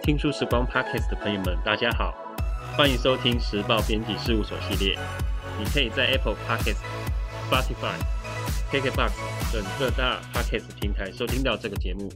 听书时光 Podcast 的朋友们，大家好，欢迎收听时报编辑事务所系列。你可以在 Apple Podcast、Spotify、KKBOX 等各大 Podcast 平台收听到这个节目。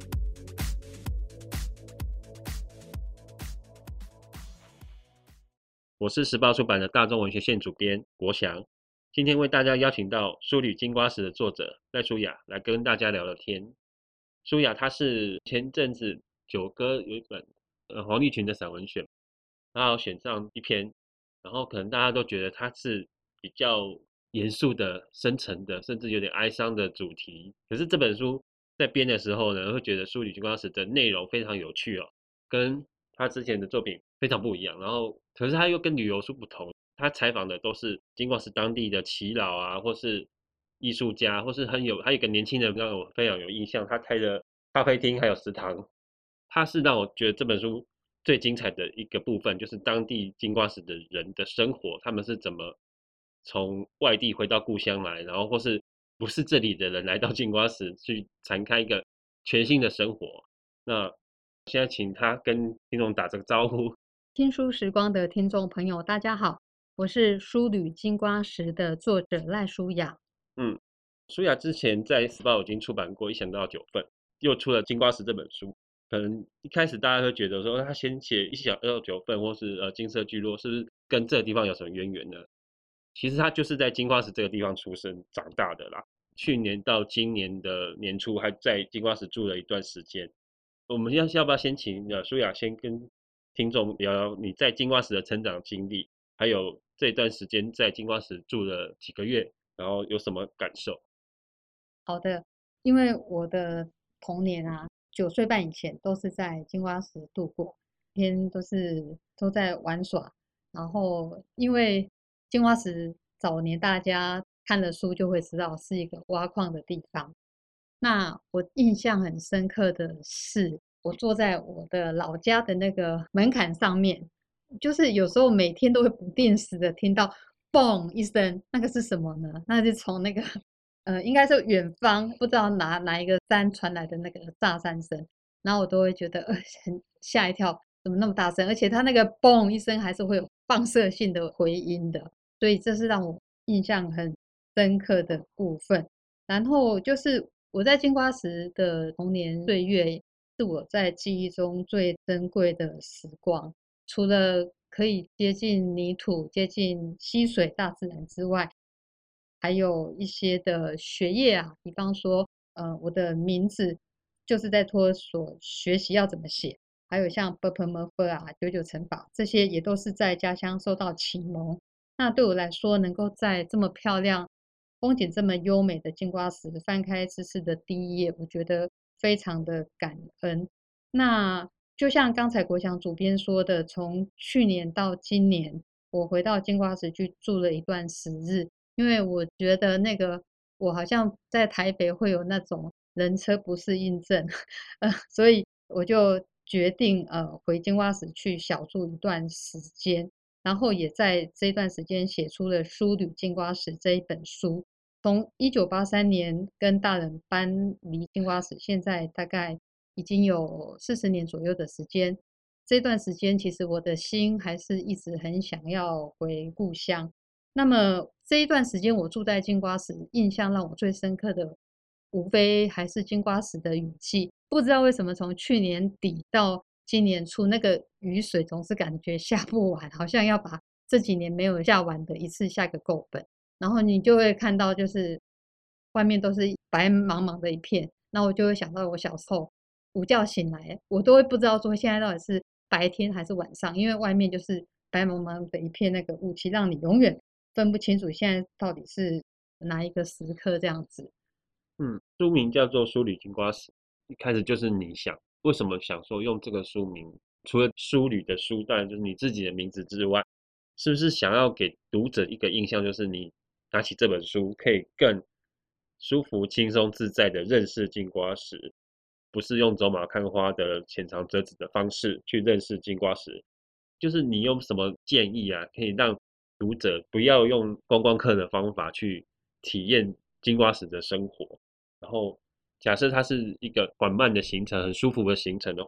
我是时报出版的大众文学线主编国祥，今天为大家邀请到《书旅金瓜石》的作者赖舒雅来跟大家聊聊天。舒雅她是前阵子九歌有一本黄立群的散文选，然后选上一篇，然后可能大家都觉得它是比较严肃的、深沉的，甚至有点哀伤的主题。可是这本书在编的时候呢，会觉得《书旅金瓜石》的内容非常有趣哦，跟他之前的作品非常不一样。然后，可是他又跟旅游书不同，他采访的都是金瓜石当地的耆老啊，或是艺术家，或是还有一个年轻人让我非常有印象，他开的咖啡厅还有食堂，他是让我觉得这本书最精彩的一个部分，就是当地金瓜石的人的生活，他们是怎么从外地回到故乡来，然后或是不是这里的人来到金瓜石去展开一个全新的生活。那现在请他跟听众打这个招呼。 听书时光的听众朋友，大家好，我是书旅金瓜石的作者赖舒雅。 舒雅之前在时报已经出版过《一想到九份》，又出了《金瓜石》这本书。可能一开始大家会觉得说，他先写《一想到九份》或是金色聚落，是不是跟这个地方有什么渊源呢？其实他就是在金瓜石这个地方出生长大的啦。去年到今年的年初，还在金瓜石住了一段时间。我们要不要先请舒雅先跟听众聊聊你在金瓜石的成长经历，还有这段时间在金瓜石住了几个月，然后有什么感受？ 好的，因为我的童年啊，9岁半以前都是在金瓜石度过，每天都在玩耍。然后，因为金瓜石早年大家看了书就会知道是一个挖矿的地方。那我印象很深刻的是，我坐在我的老家的那个门槛上面，就是有时候每天都会不定时的听到“嘣”一声，那个是什么呢？那是从那个应该是远方不知道哪一个山传来的那个炸山声，然后我都会觉得很吓一跳，怎么那么大声？而且它那个“嘣”一声还是会有放射性的回音的，所以这是让我印象很深刻的部分。然后就是我在金瓜石的童年岁月，是我在记忆中最珍贵的时光。除了可以接近泥土、接近溪水、大自然之外，还有一些的学业啊，比方说，我的名字就是在托所学习要怎么写，还有像 b p m f 啊、九九乘法这些，也都是在家乡受到启蒙。那对我来说，能够在这么漂亮、风景这么优美的金瓜石翻开知识的第一页，我觉得非常的感恩。那就像刚才国强主编说的，从去年到今年，我回到金瓜石去住了一段时日，因为我觉得那个我好像在台北会有那种人车不适应症，所以我就决定回金瓜石去小住一段时间。然后也在这段时间写出了《书旅金瓜石》这一本书。从1983年跟大人搬离金瓜石，现在大概已经有40年左右的时间。这段时间，其实我的心还是一直很想要回故乡。那么这一段时间，我住在金瓜石，印象让我最深刻的，无非还是金瓜石的雨季。不知道为什么，从去年底到今年初，那个雨水总是感觉下不完，好像要把这几年没有下完的一次下个够本。然后你就会看到，就是外面都是白茫茫的一片，那我就会想到我小时候午觉醒来，我都会不知道说现在到底是白天还是晚上，因为外面就是白茫茫的一片那个雾气，让你永远分不清楚现在到底是哪一个时刻这样子。 书名叫做《书旅金瓜石》，一开始就是你想为什么想说用这个书名，除了书旅的书，当然就是你自己的名字之外，是不是想要给读者一个印象，就是你拿起这本书可以更舒服、轻松、自在的认识金瓜石，不是用走马看花的浅尝辄止的方式去认识金瓜石？就是你有什么建议啊，可以让读者不要用观光客的方法去体验金瓜石的生活？然后假设它是一个缓慢的行程，很舒服的行程的话，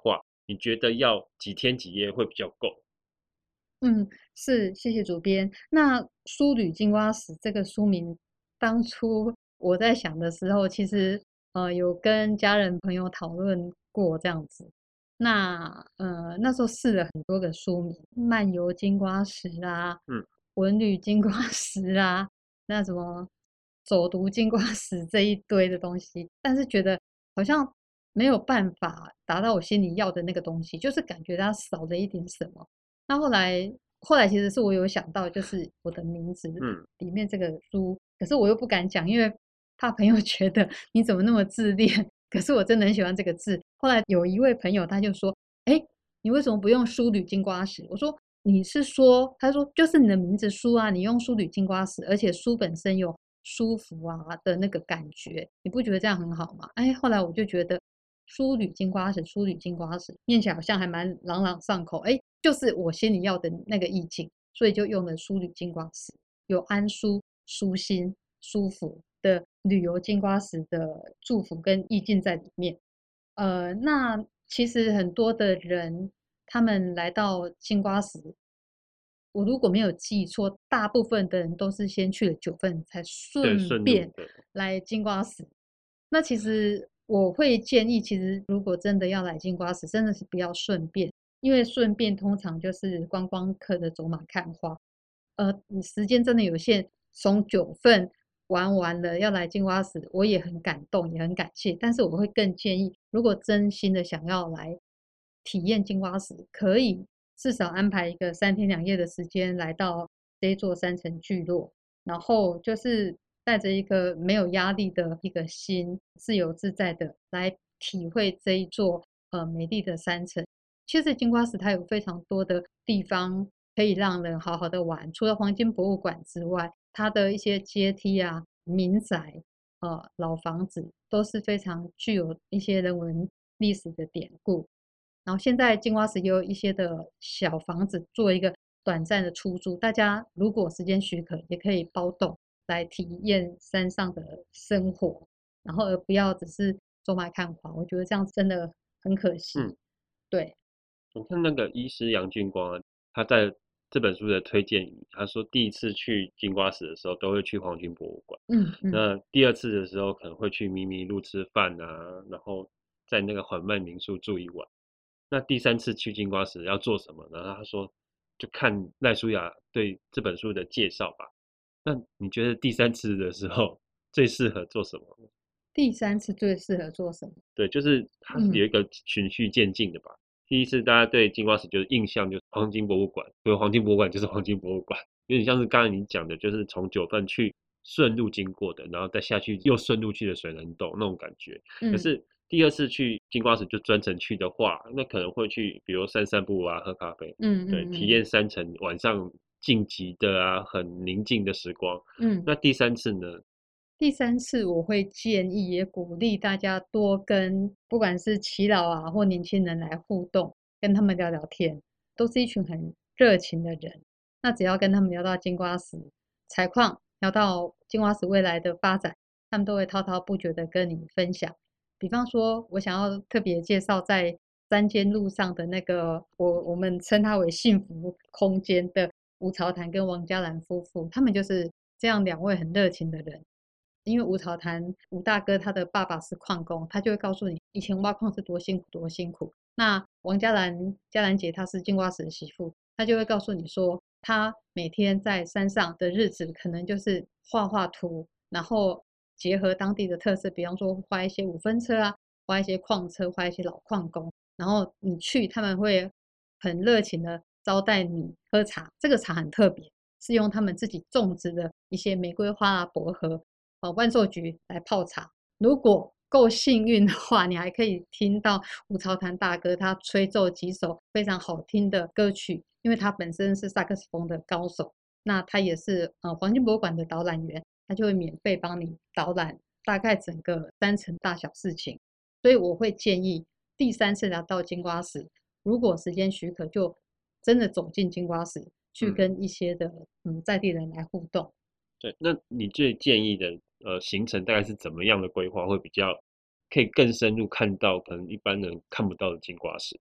你觉得要几天几夜会比较够？ 嗯，是，谢谢主编。那《书旅金瓜石》这个书名，当初我在想的时候，其实有跟家人朋友讨论过这样子。那时候试了很多个书名，漫游金瓜石啊， 嗯， 文旅金瓜石啊，那什么走读金瓜石这一堆的东西，但是觉得好像没有办法达到我心里要的那个东西，就是感觉它少了一点什么。那后来其实是我有想到，就是我的名字嗯， 里面这个书，可是我又不敢讲，因为怕朋友觉得你怎么那么自恋。可是我真的很喜欢这个字。后来有一位朋友他就说：“哎，你为什么不用书旅金瓜石？”我说：“你是说？”他说：“就是你的名字书啊，你用书旅金瓜石，而且书本身有舒服啊的那个感觉，你不觉得这样很好吗？”哎，后来我就觉得书旅金瓜石，书旅金瓜石念起来好像还蛮朗朗上口，哎，就是我心里要的那个意境，所以就用了书旅金瓜石，有安舒、舒心、舒服的旅游金瓜石的祝福跟意境在里面。那其实很多的人他们来到金瓜石，我如果没有记错，大部分的人都是先去了九份，才对， 顺便顺路的， 来金瓜石。那其实我会建议，其实如果真的要来金瓜石，真的是不要顺便，因为顺便通常就是观光客的走马看花。你时间真的有限，从九份玩完了要来金瓜石，我也很感动，也很感谢。但是我会更建议，如果真心的想要来体验金瓜石，可以至少安排一个3天2夜的时间来到这一座山城聚落，然后就是带着一个没有压力的一个心，自由自在的来体会这一座美丽的山城。其实金瓜石它有非常多的地方可以让人好好的玩，除了黄金博物馆之外，它的一些阶梯啊、民宅、老房子都是非常具有一些人文历史的典故。然后现在金瓜石也有一些的小房子做一个短暂的出租，大家如果时间许可，也可以包栋来体验山上的生活，然后而不要只是走马看花。我觉得这样真的很可惜。 嗯。 对， 我看那个医师杨俊光啊，他在这本书的推荐语，他说第一次去金瓜石的时候都会去黄金博物馆， 嗯嗯那第二次的时候可能会去迷迷路吃饭啊，然后在那个缓慢民宿住一晚。那第三次去金瓜石要做什么？然后他说就看赖舒雅对这本书的介绍吧。那你觉得第三次的时候最适合做什么？ 第三次最适合做什么？ 对，就是它是嗯有一个循序渐进的吧。第一次大家对金瓜石就是印象就是黄金博物馆，所以黄金博物馆就是黄金博物馆，有点像是刚才你讲的，就是从九份去顺路经过的，然后再下去又顺路去的水帘洞那种感觉。可嗯是第二次去金瓜石就专程去的话，那可能会去比如散散步啊，喝咖啡，对，体嗯嗯验山城晚上静极的啊，很宁静的时光。 嗯。 那第三次呢？ 第三次我会建议，也鼓励大家多跟不管是耆老啊或年轻人来互动，跟他们聊聊天，都是一群很热情的人。那只要跟他们聊到金瓜石采矿，聊到金瓜石未来的发展，他们都会滔滔不绝的跟你分享。比方说，我想要特别介绍在山间路上的那个，我们称它为幸福空间的吴朝潭跟王嘉兰夫妇，他们就是这样两位很热情的人。因为吴朝潭吴大哥他的爸爸是矿工，他就会告诉你以前挖矿是多辛苦多辛苦。那王嘉兰姐她是金瓜石的媳妇，她就会告诉你说，她每天在山上的日子可能就是画画图，然后结合当地的特色，比方说画一些5分车啊，画一些矿车，画一些老矿工，然后你去他们会很热情的招待你喝茶，这个茶很特别，是用他们自己种植的一些玫瑰花啊、薄荷万寿菊来泡茶。如果够幸运的话，你还可以听到吴朝潭大哥他吹奏几首非常好听的歌曲，因为他本身是萨克斯风的高手，那他也是黄金博物馆的导览员，他就会免费帮你导览大概整个山城大小事情。所以我会建议第三次来到金瓜石，如果时间许可，就真的走进金瓜石，去嗯。 跟一些的在地人来互动。 对，那你最建议的行程大概是怎么样的规划会比较可以更深入看到可能一般人看不到的金瓜石？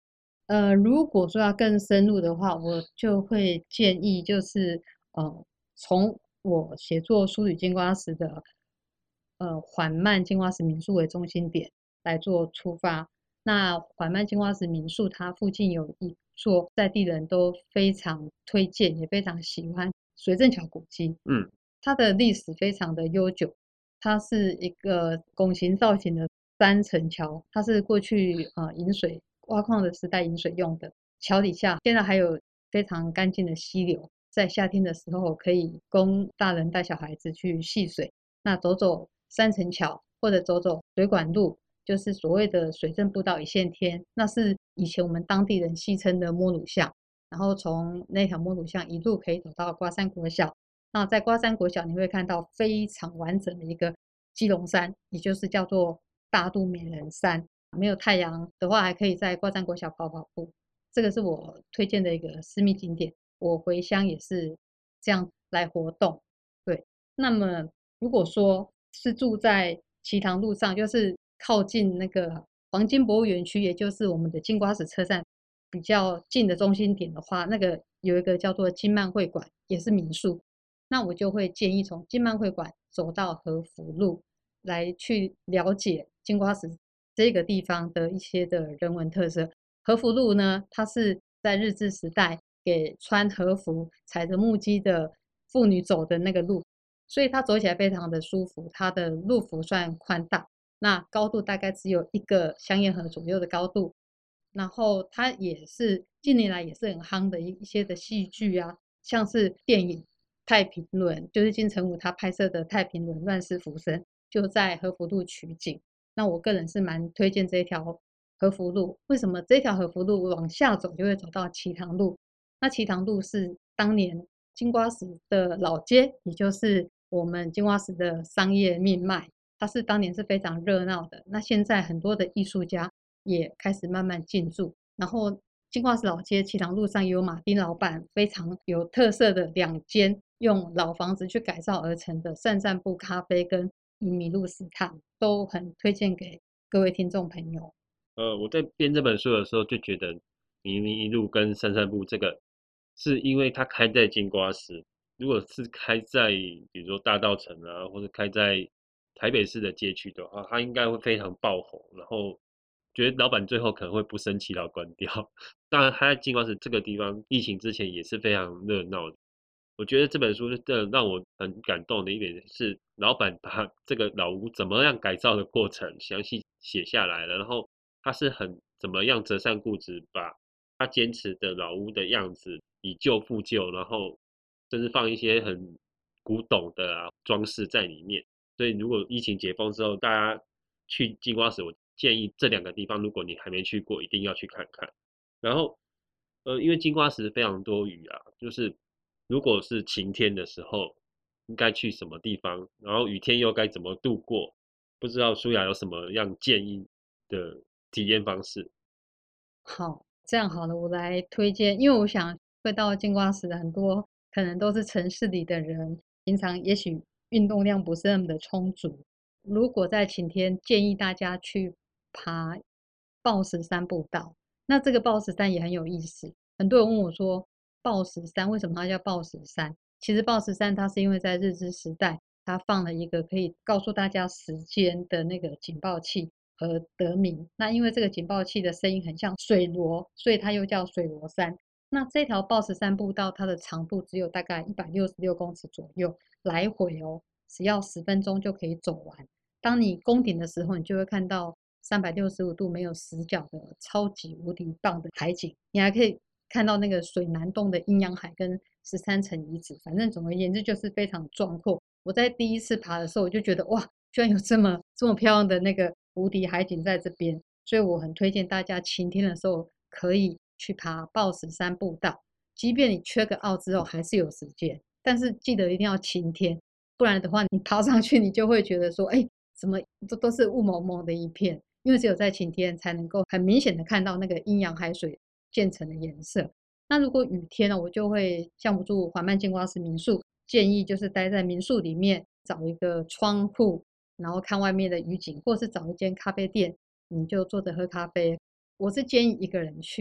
如果说要更深入的话，我就会建议就是从我写作《苏语金瓜石》的缓慢金瓜石民宿为中心点来做出发。那缓慢金瓜石民宿它附近有一座在地人都非常推荐也非常喜欢水正桥古迹， 嗯它的历史非常的悠久，它是一个拱形造型的3层桥，它是过去引水挖矿的时代引水用的。桥底下现在还有非常干净的溪流，在夏天的时候可以供大人带小孩子去戏水。那走走3层桥或者走走水管路，就是所谓的水政步道一线天，那是以前我们当地人戏称的摸乳巷。然后从那条摸乳巷一路可以走到瓜山国小，那在瓜山国小你会看到非常完整的一个基隆山，也就是叫做大肚美人山。没有太阳的话，还可以在瓜山国小跑跑步。这个是我推荐的一个私密景点，我回乡也是这样来活动。对，那么如果说是住在旗塘路上，就是靠近那个黄金博物园区，也就是我们的金瓜石车站比较近的中心点的话，那个有一个叫做金曼会馆，也是民宿。那我就会建议从金曼会馆走到和福路，来去了解金瓜石这个地方的一些的人文特色。和福路呢，它是在日治时代给穿和服、踩着木屐的妇女走的那个路，所以它走起来非常的舒服。它的路幅算宽大，那高度大概只有一个香烟盒左右的高度。然后它也是近年来也是很夯的一些的戏剧啊，像是电影《太平轮》，就是金城武他拍摄的《太平轮乱世浮生》，就在和福路取景。那我个人是蛮推荐这一条和福路。为什么这条和福路往下走就会走到旗塘路？那旗塘路是当年金瓜石的老街，也就是我们金瓜石的商业命脉，它是当年是非常热闹的。那现在很多的艺术家也开始慢慢进驻，然后金瓜石老街旗塘路上也有马丁老板非常有特色的2间用老房子去改造而成的散散步咖啡跟米露食堂，都很推荐给各位听众朋友。 我在编这本书的时候就觉得迷迷一路跟散散步这个，是因为它开在金瓜石，如果是开在比如说大稻埕啊，或者开在台北市的街区的话，它应该会非常爆红，然后觉得老板最后可能会不生气到关掉。当然，他在金瓜石这个地方疫情之前也是非常热闹的。我觉得这本书真的让我很感动的一点是，老板把这个老屋怎么样改造的过程详细写下来了，然后他是很怎么样择善固执，把他坚持的老屋的样子以旧复旧，然后甚至放一些很古董的装饰在里面。所以如果疫情解封之后，大家去金瓜石，我建议这2个地方，如果你还没去过，一定要去看看。然后，因为金瓜石非常多雨啊，就是如果是晴天的时候，应该去什么地方，然后雨天又该怎么度过？不知道舒雅有什么样建议的体验方式？ 好，这样好了，我来推荐，因为我想会到金瓜石的很多可能都是城市里的人，平常也许运动量不是那么的充足。如果在晴天，建议大家去爬抱石山步道。那这个抱石山也很有意思，很多人问我说，抱石山为什么它叫抱石山？其实抱石山它是因为在日治时代，它放了一个可以告诉大家时间的那个警报器，而得名。那因为这个警报器的声音很像水螺，所以它又叫水螺山。那这条抱石山步道，它的长度只有大概166公尺左右，来回哦，只要10分钟就可以走完。当你攻顶的时候，你就会看到365度没有死角的超级无敌棒的海景，你还可以看到那个水南洞的阴阳海跟13层遗址。反正总而言之就是非常壮阔。我在第一次爬的时候，我就觉得哇，居然有这么漂亮的那个无敌海景在这边，所以我很推荐大家晴天的时候可以去爬抱石山步道。即便你缺个澳之后还是有时间，但是记得一定要晴天，不然的话你爬上去你就会觉得说，哎，怎么都是雾蒙蒙的一片，因为只有在晴天才能够很明显的看到那个阴阳海水渐层的颜色。那如果雨天呢，我就会像我住缓慢金瓜石民宿，建议就是待在民宿里面，找一个窗户，然后看外面的雨景，或是找一间咖啡店，你就坐着喝咖啡。我是建议一个人去，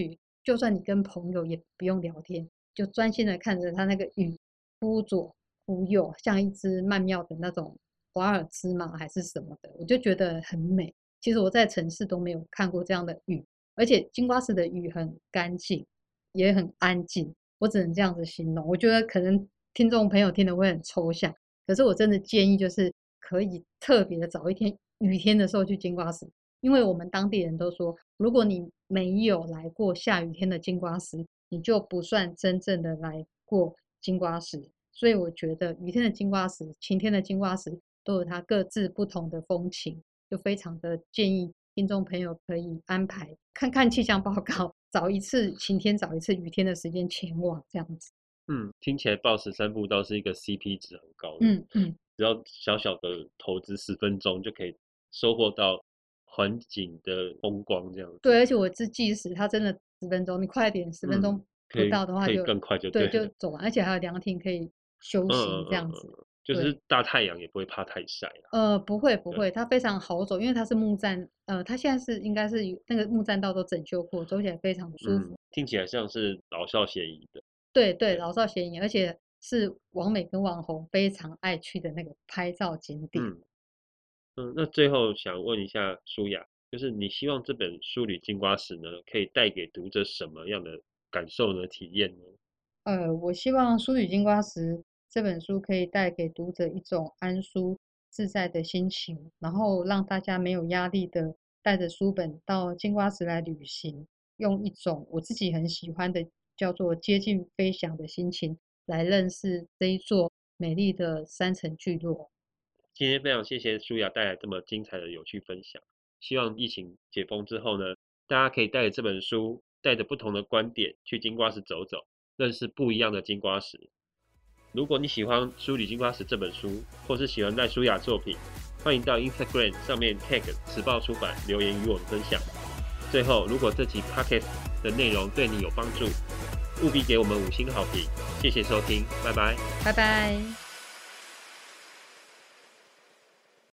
就算你跟朋友也不用聊天，就专心的看着它那个雨忽左忽右，像一只曼妙的那种华尔兹嘛还是什么的，我就觉得很美。其实我在城市都没有看过这样的雨，而且金瓜石的雨很干净，也很安静，我只能这样子形容。我觉得可能听众朋友听的会很抽象，可是我真的建议就是可以特别的找一天雨天的时候去金瓜石，因为我们当地人都说，如果你没有来过下雨天的金瓜石，你就不算真正的来过金瓜石。所以我觉得雨天的金瓜石、晴天的金瓜石都有它各自不同的风情，就非常的建议听众朋友可以安排看看气象报告，找一次晴天，找一次雨天的时间前往这样子。 听起来报13步道是一个 CP 值很高的，只要小小的投资10分钟就可以收获到环境的风光这样子。 对，而且我是计时，它真的10分钟，你快一点，10分钟不到的话可以更快就对， 了就走完，而且还有凉亭可以休息这样子。 就是大太阳也不会怕太晒不会，它非常好走，因为它是木栈，它现在应该是那个木栈道都整修过，走起来非常舒服。 听起来像是老少咸宜的。 对，老少咸宜，而且是网美跟网红非常爱去的那个拍照景点。 那最后想问一下舒雅，就是你希望这本《书里金瓜石》呢，可以带给读者什么样的感受呢？体验呢？ 我希望《书里金瓜石》这本书可以带给读者一种安舒自在的心情，然后让大家没有压力的带着书本到金瓜石来旅行，用一种我自己很喜欢的叫做接近飞翔的心情来认识这一座美丽的山城聚落。 今天非常谢谢舒雅带来这么精彩的有趣分享，希望疫情解封之后呢，大家可以带着这本书，带着不同的观点去金瓜石走走，认识不一样的金瓜石。如果你喜欢《书里金瓜石》这本书，或是喜欢赖舒雅作品，欢迎到 Instagram 上面 tag 时报出版留言与我们分享。最后，如果这集 Podcast 的内容对你有帮助，务必给我们5星好评。谢谢收听，拜拜。 拜拜。